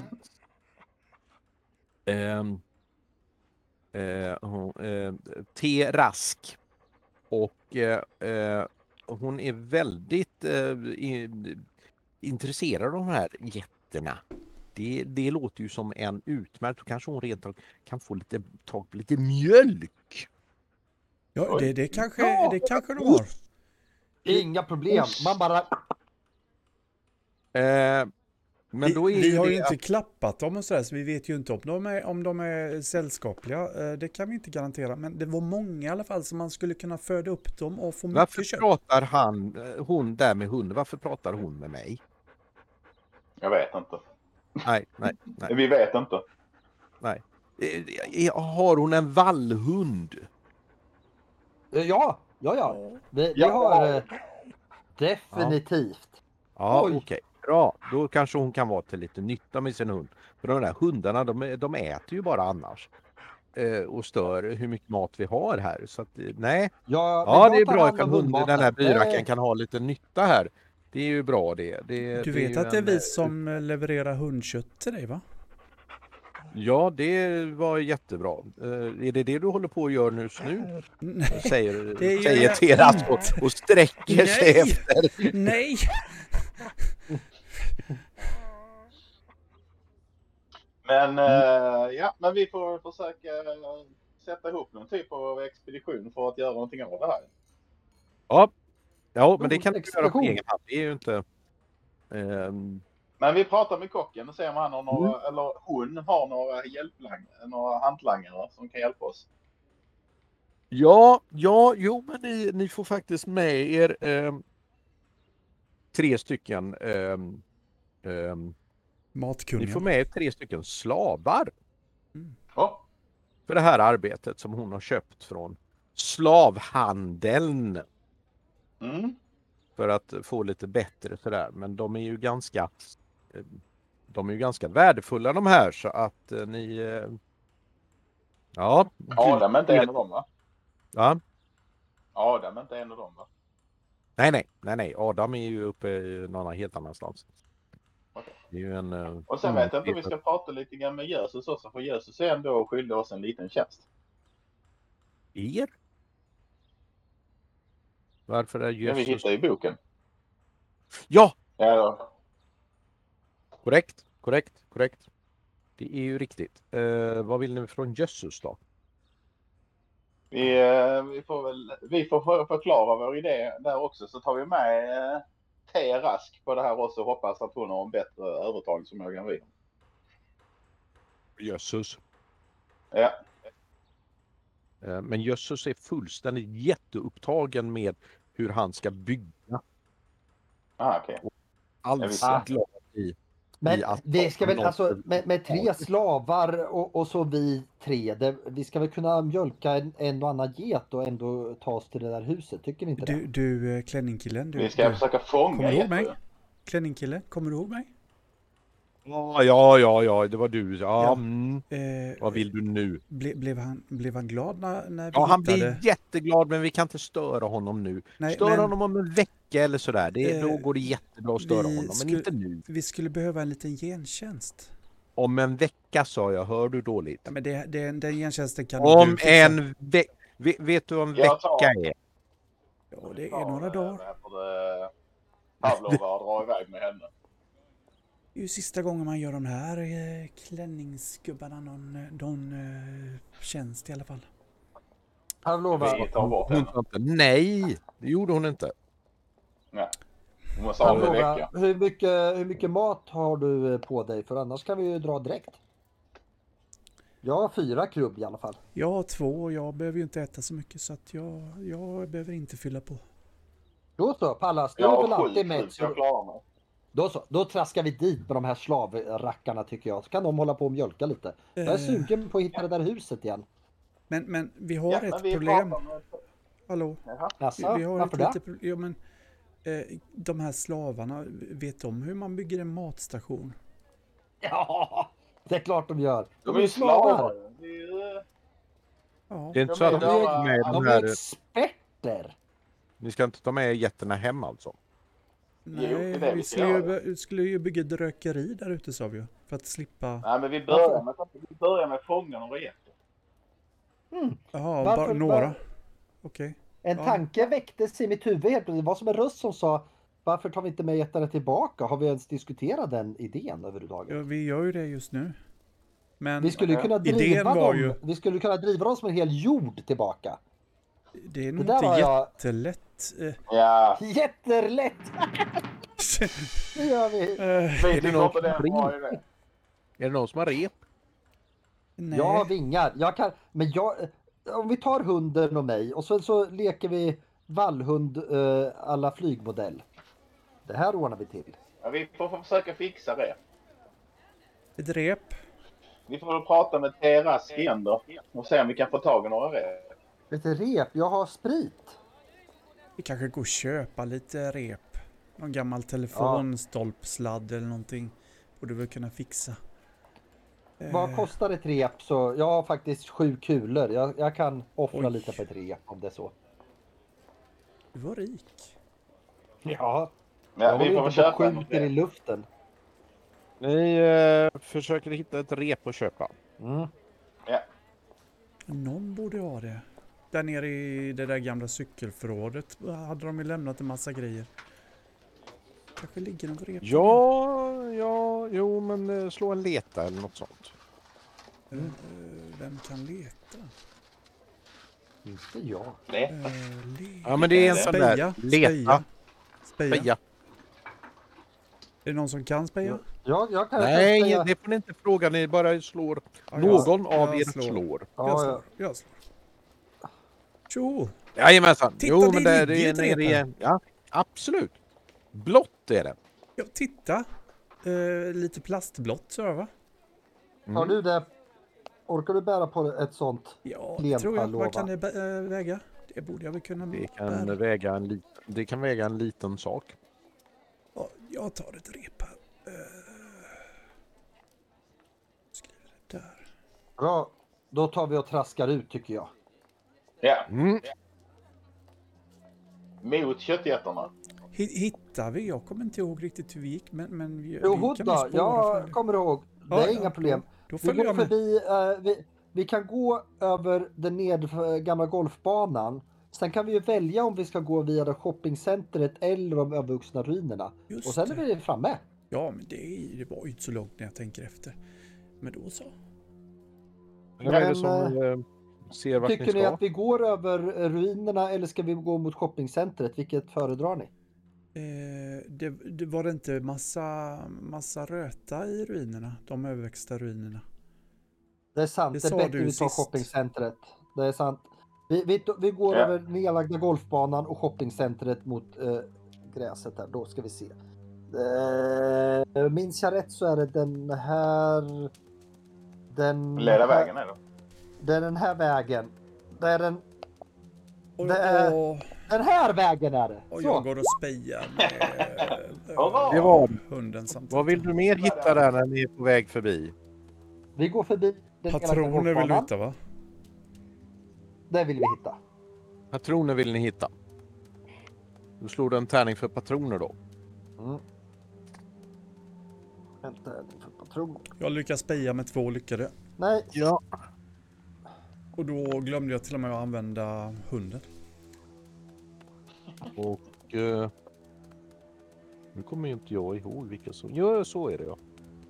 [SPEAKER 1] ehm, eh, hon, eh, T. Rask. Och eh, eh, hon är väldigt eh, i, intresserad av de här jätterna. Det, det låter ju som en utmärkt, då kanske hon rent av kan få lite tag på lite mjölk.
[SPEAKER 2] Ja,
[SPEAKER 3] Oj.
[SPEAKER 2] det, det, kanske,
[SPEAKER 4] Ja!
[SPEAKER 2] det kanske de har.
[SPEAKER 4] Inga problem, man bara...
[SPEAKER 1] Eh, men
[SPEAKER 2] Vi,
[SPEAKER 1] då är
[SPEAKER 2] vi
[SPEAKER 1] ju
[SPEAKER 2] har
[SPEAKER 1] det
[SPEAKER 2] ju inte
[SPEAKER 1] att-
[SPEAKER 2] klappat dem och sådär, så vi vet ju inte om de är, om de är sällskapliga. Eh, Det kan vi inte garantera. Men det var många i alla fall som man skulle kunna föda upp dem och få
[SPEAKER 1] Varför
[SPEAKER 2] mycket kött.
[SPEAKER 1] pratar han, eh, hon där med hunden, varför pratar hon med mig?
[SPEAKER 3] Jag vet inte.
[SPEAKER 1] Nej, nej, nej.
[SPEAKER 3] Vi vet inte.
[SPEAKER 1] Eh, Har hon en vallhund?
[SPEAKER 4] Ja, ja, ja. Vi, vi
[SPEAKER 3] Ja.
[SPEAKER 4] har eh, definitivt.
[SPEAKER 1] Ja,
[SPEAKER 4] Oj.
[SPEAKER 1] okej. Bra, då kanske hon kan vara till lite nytta med sin hund. För de där hundarna, de, de äter ju bara annars. Eh, och stör hur mycket mat vi har här. Så att, eh, nej.
[SPEAKER 4] Ja,
[SPEAKER 1] Ja,
[SPEAKER 4] men
[SPEAKER 1] det är
[SPEAKER 4] jag tar
[SPEAKER 1] bra
[SPEAKER 4] hand
[SPEAKER 1] ifall
[SPEAKER 4] om
[SPEAKER 1] hunden,
[SPEAKER 4] hundmaten.
[SPEAKER 1] den här byracken
[SPEAKER 4] Det-
[SPEAKER 1] kan ha lite nytta här. Det är ju bra det. det
[SPEAKER 2] Du
[SPEAKER 1] det är
[SPEAKER 2] vet
[SPEAKER 1] ju
[SPEAKER 2] att det är
[SPEAKER 1] en,
[SPEAKER 2] vi
[SPEAKER 1] eh,
[SPEAKER 2] som eh, levererar hundkött till dig, va?
[SPEAKER 1] Ja, det var jättebra. Eh, är det det du håller på att göra just nu?
[SPEAKER 2] Nej,
[SPEAKER 1] Säger,
[SPEAKER 2] det gör
[SPEAKER 1] säger
[SPEAKER 2] jag
[SPEAKER 1] Teras
[SPEAKER 2] inte.
[SPEAKER 1] och, och sträcker sig
[SPEAKER 2] Nej.
[SPEAKER 1] efter.
[SPEAKER 2] nej!
[SPEAKER 3] Men eh, ja, men vi får försöka eh, sätta ihop någon typ av expedition för att göra någonting av det här.
[SPEAKER 1] Ja, ja men det kan du göra på
[SPEAKER 4] Expedition.
[SPEAKER 1] egen hand. Det är ju inte... ehm,
[SPEAKER 3] Men vi pratar med kocken och ser om han har några, eller hon har några hjälplang, några hantlangare som kan hjälpa oss.
[SPEAKER 1] Ja, ja, jo, men ni, ni får faktiskt med er ehm, tre stycken ehm, ehm, ni
[SPEAKER 2] Matkunniga.
[SPEAKER 1] får med er tre stycken slavar
[SPEAKER 3] Oh,
[SPEAKER 1] för det här arbetet som hon har köpt från slavhandeln
[SPEAKER 3] mm.
[SPEAKER 1] för att få lite bättre sådär. Men de är ju ganska eh, de är ju ganska värdefulla de här så att eh, ni eh, ja,
[SPEAKER 3] Adam är inte en av dem, va?
[SPEAKER 1] ja.
[SPEAKER 3] Adam är inte en av dem, va?
[SPEAKER 1] Nej, nej, nej, nej. Adam är ju uppe i någon helt annanstans.
[SPEAKER 3] Okej.
[SPEAKER 1] Det är ju en... eh,
[SPEAKER 3] Och sen
[SPEAKER 1] mm,
[SPEAKER 3] vet jag inte om vi ska prata lite grann med Jesus också, för Jesus är ändå skyldig oss en liten tjänst.
[SPEAKER 1] Er? Varför är
[SPEAKER 3] Det vi
[SPEAKER 1] Jesus...
[SPEAKER 3] hittar i boken.
[SPEAKER 1] Ja,
[SPEAKER 3] Ja,
[SPEAKER 1] korrekt, korrekt, korrekt. Det är ju riktigt. Eh, vad vill ni från Jesus då?
[SPEAKER 3] vi, eh, vi får väl vi får för- förklara vår idé där också, så tar vi med eh, T. Rask på det här också och hoppas att hon har en bättre övertalningsförmåga än vi.
[SPEAKER 1] Jesus.
[SPEAKER 3] Ja.
[SPEAKER 1] Eh, men Jesus är fullständigt jätteupptagen med hur han ska bygga.
[SPEAKER 3] Ah, okej.
[SPEAKER 1] Alls
[SPEAKER 3] visste.
[SPEAKER 1] glad i.
[SPEAKER 4] Men
[SPEAKER 1] i att
[SPEAKER 4] det
[SPEAKER 1] ha
[SPEAKER 4] ska väl,
[SPEAKER 1] någon
[SPEAKER 4] alltså
[SPEAKER 1] över-
[SPEAKER 4] med, med tre slavar och, och så vi tre, det, vi ska väl kunna mjölka en, en och annan get och ändå ta oss till det där huset, tycker ni inte
[SPEAKER 2] Du,
[SPEAKER 4] det?
[SPEAKER 2] du eh, klänningkillen, du,
[SPEAKER 3] Vi ska
[SPEAKER 2] du.
[SPEAKER 3] försöka fånga
[SPEAKER 2] Kommer du ihåg mig?
[SPEAKER 3] getter.
[SPEAKER 2] Klänningkille, kommer du ihåg mig?
[SPEAKER 1] Ja, ja, ja, ja, det var du. Ja,
[SPEAKER 2] Ja.
[SPEAKER 1] Mm.
[SPEAKER 2] Eh,
[SPEAKER 1] Vad vill du nu?
[SPEAKER 2] ble, blev, han, blev han glad när, när vi
[SPEAKER 1] Ja, han
[SPEAKER 2] hittade?
[SPEAKER 1] blir jätteglad, men vi kan inte störa honom nu.
[SPEAKER 2] Nej,
[SPEAKER 1] Stör
[SPEAKER 2] men-
[SPEAKER 1] honom om en vecka eller sådär. Det, då
[SPEAKER 2] Eh,
[SPEAKER 1] går det jättebra att störa
[SPEAKER 2] vi
[SPEAKER 1] honom, men
[SPEAKER 2] skulle-
[SPEAKER 1] inte nu.
[SPEAKER 2] Vi skulle behöva en liten gentjänst.
[SPEAKER 1] Om en vecka, sa jag. Hör du dåligt?
[SPEAKER 2] Ja, men det, det, den gentjänsten kan
[SPEAKER 1] Om
[SPEAKER 2] du fixa.
[SPEAKER 1] en vecka. Vet du vad en
[SPEAKER 3] Jag
[SPEAKER 1] vecka
[SPEAKER 3] tar-
[SPEAKER 1] är?
[SPEAKER 2] Ja, det är några dagar.
[SPEAKER 3] Vad heter det? Pavlova och dra iväg med henne.
[SPEAKER 2] Det är ju sista gången man gör de här eh, klänningsgubbarna någon, eh, någon eh, tjänst i alla fall.
[SPEAKER 4] Pavlova,
[SPEAKER 3] Vi tar bort
[SPEAKER 1] Hon
[SPEAKER 3] henne.
[SPEAKER 1] sa inte nej, det gjorde hon inte.
[SPEAKER 3] Nej. Hon måste ha en
[SPEAKER 4] Pavlova,
[SPEAKER 3] vecka.
[SPEAKER 4] hur mycket, hur mycket mat har du på dig? För annars kan vi ju dra direkt. Jag har fyra krubb i alla fall.
[SPEAKER 2] Jag har två och jag behöver ju inte äta så mycket så att jag, jag behöver inte fylla på.
[SPEAKER 4] Då så, Pallas, du
[SPEAKER 3] Jag
[SPEAKER 4] är väl
[SPEAKER 3] har sju
[SPEAKER 4] alltid
[SPEAKER 3] krubb,
[SPEAKER 4] mätt.
[SPEAKER 3] så jag
[SPEAKER 4] Så...
[SPEAKER 3] klarar mig.
[SPEAKER 4] Då så, då traskar vi dit med de här slavrackarna tycker jag. Så kan de hålla på och mjölka lite. Jag är
[SPEAKER 2] Eh.
[SPEAKER 4] sugen på att hitta det där huset igen.
[SPEAKER 2] Men, men vi har
[SPEAKER 3] Ja,
[SPEAKER 2] ett
[SPEAKER 3] men vi
[SPEAKER 2] problem.
[SPEAKER 3] pratar med-
[SPEAKER 2] Hallå?
[SPEAKER 3] Jaha.
[SPEAKER 4] Alltså,
[SPEAKER 2] vi har
[SPEAKER 4] varför
[SPEAKER 2] ett
[SPEAKER 4] det?
[SPEAKER 2] litet problem. Ja, men, eh, de här slavarna, vet de hur man bygger en matstation?
[SPEAKER 4] Ja, det är klart de gör.
[SPEAKER 3] De är ju slavar. Det är ju-
[SPEAKER 2] Ja,
[SPEAKER 1] Det är inte
[SPEAKER 3] De
[SPEAKER 1] så
[SPEAKER 3] är
[SPEAKER 1] att
[SPEAKER 3] ju-
[SPEAKER 1] ni ska ta med
[SPEAKER 4] De
[SPEAKER 1] de
[SPEAKER 4] är
[SPEAKER 1] här,
[SPEAKER 4] experter.
[SPEAKER 1] ni ska inte ta med getterna hem alltså?
[SPEAKER 2] nej,
[SPEAKER 3] det är det
[SPEAKER 2] vi
[SPEAKER 3] vi ska
[SPEAKER 2] skulle ju,
[SPEAKER 3] göra.
[SPEAKER 2] be- skulle ju bygga ett rökeri där ute sa vi ju. För att slippa...
[SPEAKER 3] Nej, men vi börjar med, vi börjar med fångarna och getter.
[SPEAKER 2] Jaha,
[SPEAKER 4] Varför-
[SPEAKER 2] bara några.
[SPEAKER 4] var-
[SPEAKER 2] Okej.
[SPEAKER 4] En
[SPEAKER 2] Ja.
[SPEAKER 4] tanke väcktes i mitt huvud helt plötsligt. Det var som en röst som sa varför tar vi inte med jättarna tillbaka? Har vi ens diskuterat den idén överhuvudtaget?
[SPEAKER 2] Ja, vi gör ju det just nu. Men
[SPEAKER 4] Vi skulle kunna
[SPEAKER 2] idén
[SPEAKER 4] driva
[SPEAKER 2] var
[SPEAKER 4] dem.
[SPEAKER 2] ju...
[SPEAKER 4] Vi skulle kunna driva dem som en hel jord tillbaka.
[SPEAKER 2] Det är nog
[SPEAKER 4] där
[SPEAKER 2] inte
[SPEAKER 4] har jag-
[SPEAKER 2] jättelätt. Eh,
[SPEAKER 3] Ja,
[SPEAKER 4] Jättelätt! Det gör vi.
[SPEAKER 2] eh,
[SPEAKER 3] vi
[SPEAKER 1] det
[SPEAKER 3] tycker
[SPEAKER 1] någon
[SPEAKER 3] inte det är en
[SPEAKER 1] som
[SPEAKER 3] bra
[SPEAKER 1] ringer?
[SPEAKER 3] idé.
[SPEAKER 1] Är det någon som har rep?
[SPEAKER 2] nej.
[SPEAKER 4] Jag har vingar. Jag kan, men jag, om vi tar hunden och mig och så, så leker vi vallhund uh, alla flygmodell. Det här ordnar vi till.
[SPEAKER 3] Ja, vi får försöka fixa det.
[SPEAKER 2] Ett rep.
[SPEAKER 3] Vi får väl prata med Teras igen då. Och se om vi kan få tag i några rep.
[SPEAKER 4] Lite rep. Jag har sprit.
[SPEAKER 2] Vi kanske går och köpa lite rep. Någon gammal telefonstolpsladd eller någonting. Borde vi kunna fixa. Eh,
[SPEAKER 4] Vad kostar ett rep? Så jag har faktiskt sju kulor. Jag, jag kan offra
[SPEAKER 2] Oj.
[SPEAKER 4] lite på ett rep om det är så.
[SPEAKER 2] Du var rik.
[SPEAKER 4] Ja,
[SPEAKER 3] Ja,
[SPEAKER 4] jag
[SPEAKER 3] vi
[SPEAKER 4] håller
[SPEAKER 3] får väl
[SPEAKER 4] inte på och
[SPEAKER 3] köpa en
[SPEAKER 4] skjuter i
[SPEAKER 3] rep.
[SPEAKER 4] luften.
[SPEAKER 1] Ni eh, försöker hitta ett rep att köpa.
[SPEAKER 4] Mm.
[SPEAKER 2] Någon borde ha det. Där nere i det där gamla cykelförrådet hade de ju lämnat en massa grejer. Kanske ligger något rep.
[SPEAKER 1] Ja, ja, jo, men eh, slå en leta eller något sånt.
[SPEAKER 2] Eh, vem kan leta?
[SPEAKER 4] Inte jag.
[SPEAKER 3] Det.
[SPEAKER 2] Eh, le-
[SPEAKER 1] Ja, men det är en sån där.
[SPEAKER 2] Speja.
[SPEAKER 1] Leta.
[SPEAKER 2] Speja.
[SPEAKER 1] Speja.
[SPEAKER 2] Är det någon som kan speja?
[SPEAKER 4] Jag, jag kan
[SPEAKER 1] Nej,
[SPEAKER 4] säga...
[SPEAKER 1] det får ni inte fråga. Ni bara slår.
[SPEAKER 2] Ja, jag-
[SPEAKER 1] Någon av
[SPEAKER 2] jag
[SPEAKER 1] er
[SPEAKER 2] slår.
[SPEAKER 1] slår.
[SPEAKER 2] Jag
[SPEAKER 4] Ja,
[SPEAKER 2] slår.
[SPEAKER 4] ja.
[SPEAKER 2] Jag slår. Tjo!
[SPEAKER 1] Jajamensan.
[SPEAKER 2] Titta,
[SPEAKER 1] Jo,
[SPEAKER 2] det
[SPEAKER 1] men det, det
[SPEAKER 2] ligger
[SPEAKER 1] är
[SPEAKER 2] ett
[SPEAKER 1] en
[SPEAKER 2] rep här.
[SPEAKER 1] ren. Ja, absolut. Blått är det.
[SPEAKER 2] Ja, titta. Eh, lite plastblått så va?
[SPEAKER 4] Har du det? Orkar du bära på ett sånt?
[SPEAKER 2] Ja,
[SPEAKER 4] Klen
[SPEAKER 2] det tror jag.
[SPEAKER 4] pallova.
[SPEAKER 2] Vad kan det bä- äh, väga? Det borde jag väl kunna
[SPEAKER 1] Det
[SPEAKER 2] bära.
[SPEAKER 1] kan väga en liten, det kan väga en liten sak.
[SPEAKER 2] Ja, jag tar ett rep här. Uh, skriver det där.
[SPEAKER 4] Bra. Då tar vi och traskar ut tycker jag.
[SPEAKER 3] Ja,
[SPEAKER 1] Mm.
[SPEAKER 3] mot köttjättarna.
[SPEAKER 2] Hi- Hittar vi? Jag kommer inte ihåg riktigt hur vi gick, men, men vi,
[SPEAKER 4] Jo,
[SPEAKER 2] vi
[SPEAKER 4] Hood
[SPEAKER 2] kan
[SPEAKER 4] då.
[SPEAKER 2] nog spåra
[SPEAKER 4] Jag
[SPEAKER 2] från det.
[SPEAKER 4] kommer ihåg. Det
[SPEAKER 2] Ja,
[SPEAKER 4] är
[SPEAKER 2] ja,
[SPEAKER 4] inga problem.
[SPEAKER 2] Då, då
[SPEAKER 4] Vi
[SPEAKER 2] följer
[SPEAKER 4] går
[SPEAKER 2] jag med.
[SPEAKER 4] förbi, eh, vi, vi kan gå över den ned gamla golfbanan. Sen kan vi ju välja om vi ska gå via det shoppingcentret eller de övervuxna ruinerna.
[SPEAKER 2] Just
[SPEAKER 4] Och sen är
[SPEAKER 2] det.
[SPEAKER 4] vi framme.
[SPEAKER 2] Ja, men det, är- det var ju inte så långt när jag tänker efter. Men då så.
[SPEAKER 1] Vem är det
[SPEAKER 4] Men,
[SPEAKER 1] som eh, ser vart ni
[SPEAKER 4] Tycker ni
[SPEAKER 1] ska?
[SPEAKER 4] att vi går över eh, ruinerna eller ska vi gå mot shoppingcentret? Vilket föredrar ni?
[SPEAKER 2] Eh, det, det var det inte massa, massa röta i ruinerna? De överväxta ruinerna.
[SPEAKER 4] Det är sant.
[SPEAKER 2] Det
[SPEAKER 4] Det, är
[SPEAKER 2] sa
[SPEAKER 4] bättre
[SPEAKER 2] du
[SPEAKER 4] vi tar
[SPEAKER 2] sist.
[SPEAKER 4] shoppingcentret. Det är sant. Vi, vi, vi går
[SPEAKER 3] Ja.
[SPEAKER 4] över nedlagda golfbanan och shoppingcentret mot eh, gräset här. Då ska vi se. Eh, minns jag rätt så är det den här... Den
[SPEAKER 3] Leda
[SPEAKER 4] här,
[SPEAKER 3] vägen är det.
[SPEAKER 4] Det är den här vägen. Det är den,
[SPEAKER 2] Och,
[SPEAKER 4] Det är-
[SPEAKER 2] och,
[SPEAKER 4] den här vägen är det.
[SPEAKER 2] och
[SPEAKER 4] Så.
[SPEAKER 2] jag går och spejar med
[SPEAKER 3] Hurra!
[SPEAKER 1] Det var
[SPEAKER 2] hunden samtidigt.
[SPEAKER 1] Vad vill du mer hitta där när ni är på väg förbi?
[SPEAKER 4] Vi går förbi den nedlagda
[SPEAKER 2] Patroner vill du
[SPEAKER 4] golfbanan.
[SPEAKER 2] hitta va?
[SPEAKER 4] Det vill vi hitta.
[SPEAKER 1] Patroner vill ni hitta. Då slår du en tärning för patroner då.
[SPEAKER 4] Mm. Vänta, för patron.
[SPEAKER 2] Jag lyckas speja med två lyckade.
[SPEAKER 4] Nej,
[SPEAKER 1] Ja.
[SPEAKER 2] Och då glömde jag till och med att använda hunden.
[SPEAKER 1] Och... Eh, nu kommer ju inte jag ihåg vilka som... Ja, så är det ja.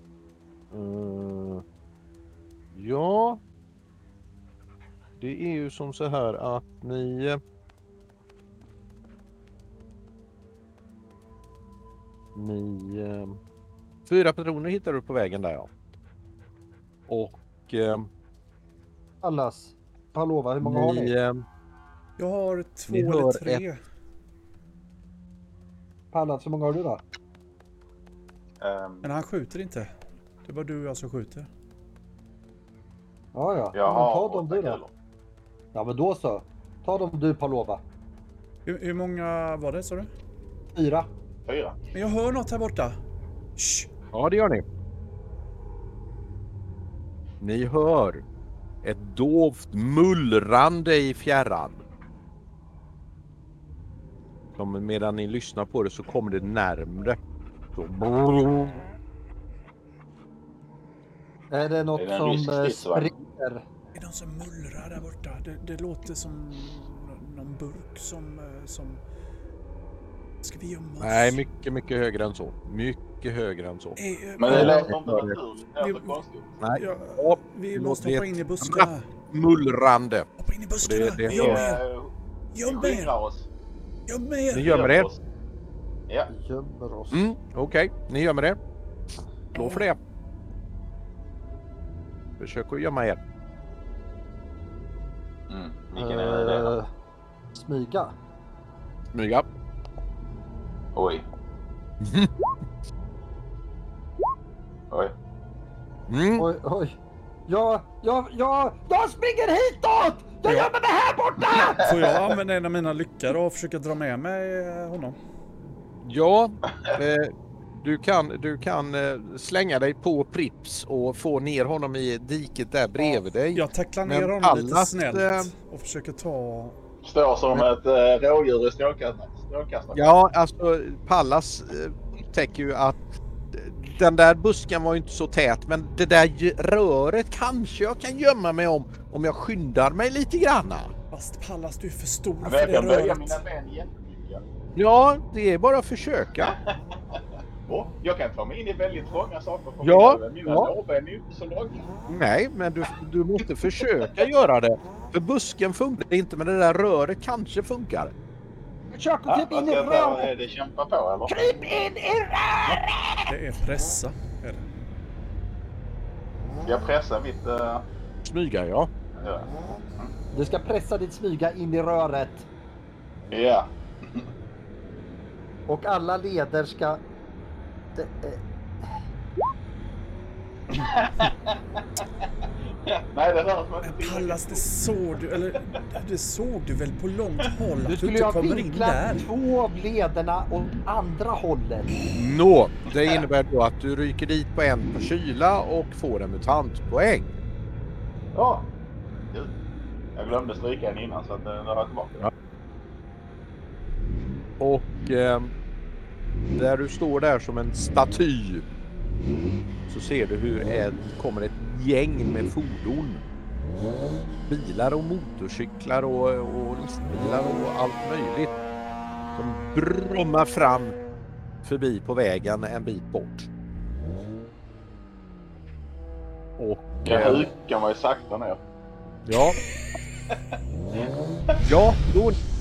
[SPEAKER 1] Eh, ja. Det är ju som så här att ni... eh, Ni... eh, Fyra patroner hittar du på vägen där ja. Och... eh,
[SPEAKER 4] allas. Palova, hur många har
[SPEAKER 1] ni...
[SPEAKER 4] ni?
[SPEAKER 1] eh,
[SPEAKER 2] Jag har två
[SPEAKER 1] Ni
[SPEAKER 2] eller
[SPEAKER 1] hör
[SPEAKER 2] tre.
[SPEAKER 4] Pallas, hur många har du då?
[SPEAKER 3] Um,
[SPEAKER 2] Men han skjuter inte. Det var du och jag som skjuter.
[SPEAKER 4] Ja, ja.
[SPEAKER 3] jag
[SPEAKER 4] Men
[SPEAKER 3] har
[SPEAKER 4] ta dem
[SPEAKER 3] åtta
[SPEAKER 4] du då.
[SPEAKER 3] kulor.
[SPEAKER 4] Ja, men då så. Ta dem du, Palova.
[SPEAKER 2] Hur, hur många var det sa du?
[SPEAKER 4] Fyra.
[SPEAKER 3] Fyra.
[SPEAKER 2] Men jag hör något här borta. Shh.
[SPEAKER 1] Ja, det gör ni. Ni hör ett dovt mullrande i fjärran. Som medan ni lyssnar på det så kommer det närmre. Så.
[SPEAKER 4] Är det något
[SPEAKER 3] Är det en
[SPEAKER 4] som
[SPEAKER 3] rysk
[SPEAKER 4] eh,
[SPEAKER 3] stridsvagn?
[SPEAKER 4] springer?
[SPEAKER 2] Är det någon som mullrar där borta? Det, det låter som nå- någon burk som... eh, som... Ska vi gömma oss?
[SPEAKER 1] Nej, mycket, mycket högre än så. Mycket högre än så.
[SPEAKER 2] Eh, eh,
[SPEAKER 3] Men det
[SPEAKER 2] ja,
[SPEAKER 3] låter inte naturligt. Det
[SPEAKER 2] Vi-
[SPEAKER 3] låter konstigt.
[SPEAKER 1] Nej,
[SPEAKER 2] ja,
[SPEAKER 1] Ja,
[SPEAKER 2] vi
[SPEAKER 1] låt
[SPEAKER 2] måste
[SPEAKER 1] det-
[SPEAKER 2] hoppa in i buskarna.
[SPEAKER 1] mullrande.
[SPEAKER 2] Hoppa in i buskarna.
[SPEAKER 1] Det- det-
[SPEAKER 2] Göm
[SPEAKER 3] Vi,
[SPEAKER 2] er.
[SPEAKER 3] eh,
[SPEAKER 2] Göm
[SPEAKER 3] vi
[SPEAKER 2] er.
[SPEAKER 3] skingrar oss.
[SPEAKER 2] Göm
[SPEAKER 1] Ni
[SPEAKER 2] er.
[SPEAKER 1] gömmer er.
[SPEAKER 3] oss. Ja.
[SPEAKER 4] Gömmer oss.
[SPEAKER 1] Mm, Okej, ni gömmer er. Slå för det. Försök att gömma er.
[SPEAKER 3] Mm. Vilken är det då?
[SPEAKER 4] Eh, smyga.
[SPEAKER 1] Smyga.
[SPEAKER 3] Oj. Oj.
[SPEAKER 1] Mm.
[SPEAKER 4] Oj, oj. Jag, jag, jag, jag springer hitåt! Jag
[SPEAKER 2] Ja.
[SPEAKER 4] gömmer mig här borta!
[SPEAKER 2] Får jag använda en av mina lyckor och försöka dra med mig eh, honom?
[SPEAKER 1] Ja, eh, du kan, du kan eh, slänga dig på Prips och få ner honom i diket där bredvid dig.
[SPEAKER 2] Jag tacklar
[SPEAKER 1] Men
[SPEAKER 2] ner honom lite
[SPEAKER 1] Pallas,
[SPEAKER 2] snällt
[SPEAKER 1] eh,
[SPEAKER 2] och försöker ta...
[SPEAKER 3] Står som ett äh, rådjur i strålkastaren. Strålkastaren.
[SPEAKER 1] Ja, alltså Pallas eh, upptäcker ju att den där busken var ju inte så tät, men det där j- röret kanske jag kan gömma mig om om jag skyndar mig lite granna.
[SPEAKER 2] Fast Pallas, du är för stor
[SPEAKER 3] Jag
[SPEAKER 2] för
[SPEAKER 3] vet,
[SPEAKER 2] det
[SPEAKER 3] jag böjer
[SPEAKER 2] röret.
[SPEAKER 3] mina ben jättemycket.
[SPEAKER 1] Ja, det är bara att försöka.
[SPEAKER 3] Och jag kan ta mig in i väldigt trånga saker på
[SPEAKER 1] Ja,
[SPEAKER 3] mina, mina
[SPEAKER 1] ja.
[SPEAKER 3] lårben är ju inte så långa.
[SPEAKER 1] Nej, men du, du måste försöka göra det. För busken funkar inte, men det där röret kanske funkar.
[SPEAKER 4] Försök att
[SPEAKER 3] Ja,
[SPEAKER 4] krypa
[SPEAKER 3] vad
[SPEAKER 4] in i
[SPEAKER 3] ska jag ta?
[SPEAKER 4] röret!
[SPEAKER 3] Är det kämpa på eller?
[SPEAKER 4] Kryp in i röret!
[SPEAKER 2] Det är pressa. Är det.
[SPEAKER 3] Ska jag pressa mitt... Uh,
[SPEAKER 1] Smyga, ja.
[SPEAKER 3] ja.
[SPEAKER 4] Du ska pressa ditt smyga in i röret.
[SPEAKER 3] Ja.
[SPEAKER 4] Och alla leder ska... Det, eh,
[SPEAKER 3] Nej, det rör sig inte.
[SPEAKER 2] Pallas, det såg du, eller det såg du väl på långt håll
[SPEAKER 4] du
[SPEAKER 2] att du
[SPEAKER 4] skulle ju
[SPEAKER 2] inte
[SPEAKER 4] ha
[SPEAKER 2] kommer in
[SPEAKER 4] vinklat
[SPEAKER 2] där.
[SPEAKER 4] två av lederna åt andra hållet.
[SPEAKER 1] Nå, det innebär då att du ryker dit på en på kyla och får en mutantpoäng.
[SPEAKER 3] Ja. Gud. Jag glömde stryka en innan så att det har jag tillbaka.
[SPEAKER 1] Ja. Och eh, där du står där som en staty så ser du hur det kommer ett gäng med fordon. Bilar och motorcyklar och, och lastbilar och allt möjligt. Som brummar fram förbi på vägen en bit bort. Och
[SPEAKER 3] Jag
[SPEAKER 1] eh,
[SPEAKER 3] hukar mig sakta ner.
[SPEAKER 1] ja. Ja, då